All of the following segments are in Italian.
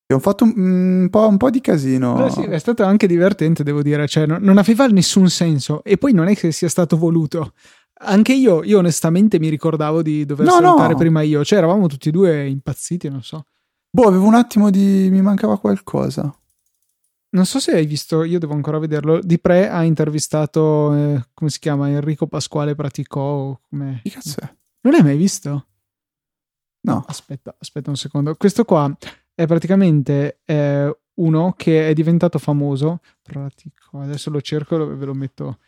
Abbiamo fatto un po' di casino. Beh, sì, è stato anche divertente, devo dire, cioè non aveva nessun senso e poi non è che sia stato voluto. Anche io onestamente mi ricordavo di dover salutare No. prima io, cioè eravamo tutti e due impazziti, non so. Avevo un attimo mi mancava qualcosa. Non so se hai visto, io devo ancora vederlo, Di Pre ha intervistato, come si chiama, Enrico Pasquale Praticò, come... Che cazzo è? Non l'hai mai visto? No. Aspetta un secondo. Questo qua è praticamente uno che è diventato famoso. Pratico, adesso lo cerco e ve lo metto.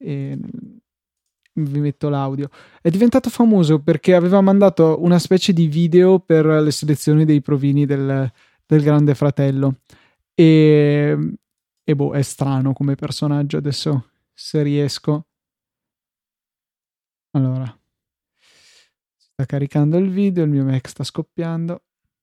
Vi metto l'audio. È diventato famoso perché aveva mandato una specie di video per le selezioni dei provini del Grande Fratello. E boh, è strano come personaggio. Adesso se riesco. Allora. Sta caricando il video, il mio Mac sta scoppiando.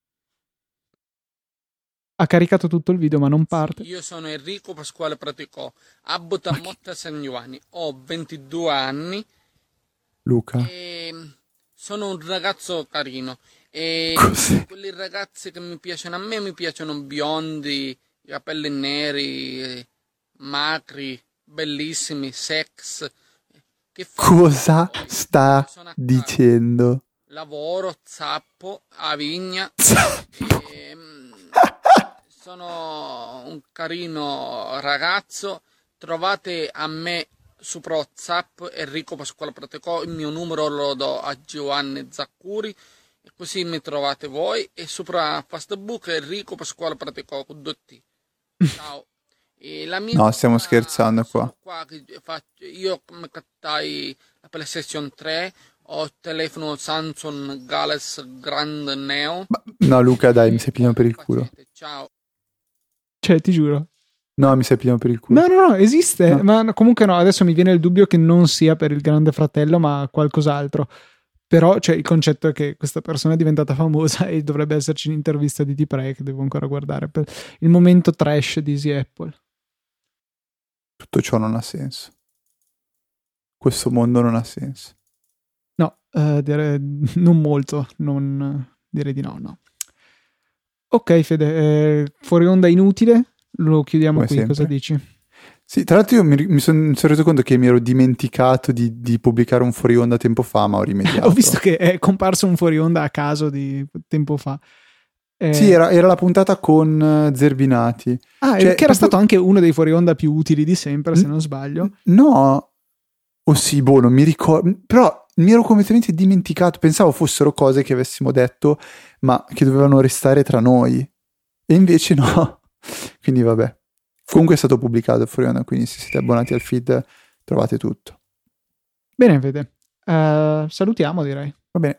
Ha caricato tutto il video ma non parte. Io sono Enrico Pasquale Praticò, abito a Motta San Giovanni, ho 22 anni. Luca. E sono un ragazzo carino. E Cos'è? quelli ragazzi che mi piacciono a me mi piacciono biondi, i capelli neri, macri, bellissimi, sex. Che Cosa poi? sta Io sono a casa, dicendo? lavoro, zappo, a vigna. Sono un carino ragazzo. Trovate a me su WhatsApp Enrico Pasquale Praticò, il mio numero lo do a Giovanni Zaccuri e così mi trovate voi, e sopra Facebook Enrico Pasquale Praticò con 2T. Ciao. E la mia No, stiamo scherzando qua. io come cattai la PlayStation 3, ho il telefono Samsung Galaxy Grand Neo. No, Luca, dai, mi sei pigliato per il culo. Ciao. Cioè, ti giuro. No, mi sei pigliato per il culo. No, esiste. No. Ma comunque no, adesso mi viene il dubbio che non sia per il Grande Fratello, ma qualcos'altro. Però, cioè, il concetto è che questa persona è diventata famosa e dovrebbe esserci un'intervista di Di Pre che devo ancora guardare per il momento trash di Easy Apple. Tutto ciò non ha senso. Questo mondo non ha senso. No, non molto. Direi di no. Ok, Fede, fuori onda inutile. Lo chiudiamo Come qui, sempre. cosa dici? Sì, tra l'altro io mi sono reso conto che mi ero dimenticato di pubblicare un fuori onda tempo fa, ma ho rimediato. Ho visto che è comparso un fuori onda a caso di tempo fa. Sì, era la puntata con Zerbinati. Ah, che era stato anche uno dei fuori onda più utili di sempre, se non sbaglio. No, sì, non mi ricordo. Però mi ero completamente dimenticato. Pensavo fossero cose che avessimo detto, ma che dovevano restare tra noi. E invece no. Quindi vabbè. Comunque è stato pubblicato il fuori onda, quindi se siete abbonati al feed trovate tutto. Bene, Fede. Salutiamo, direi.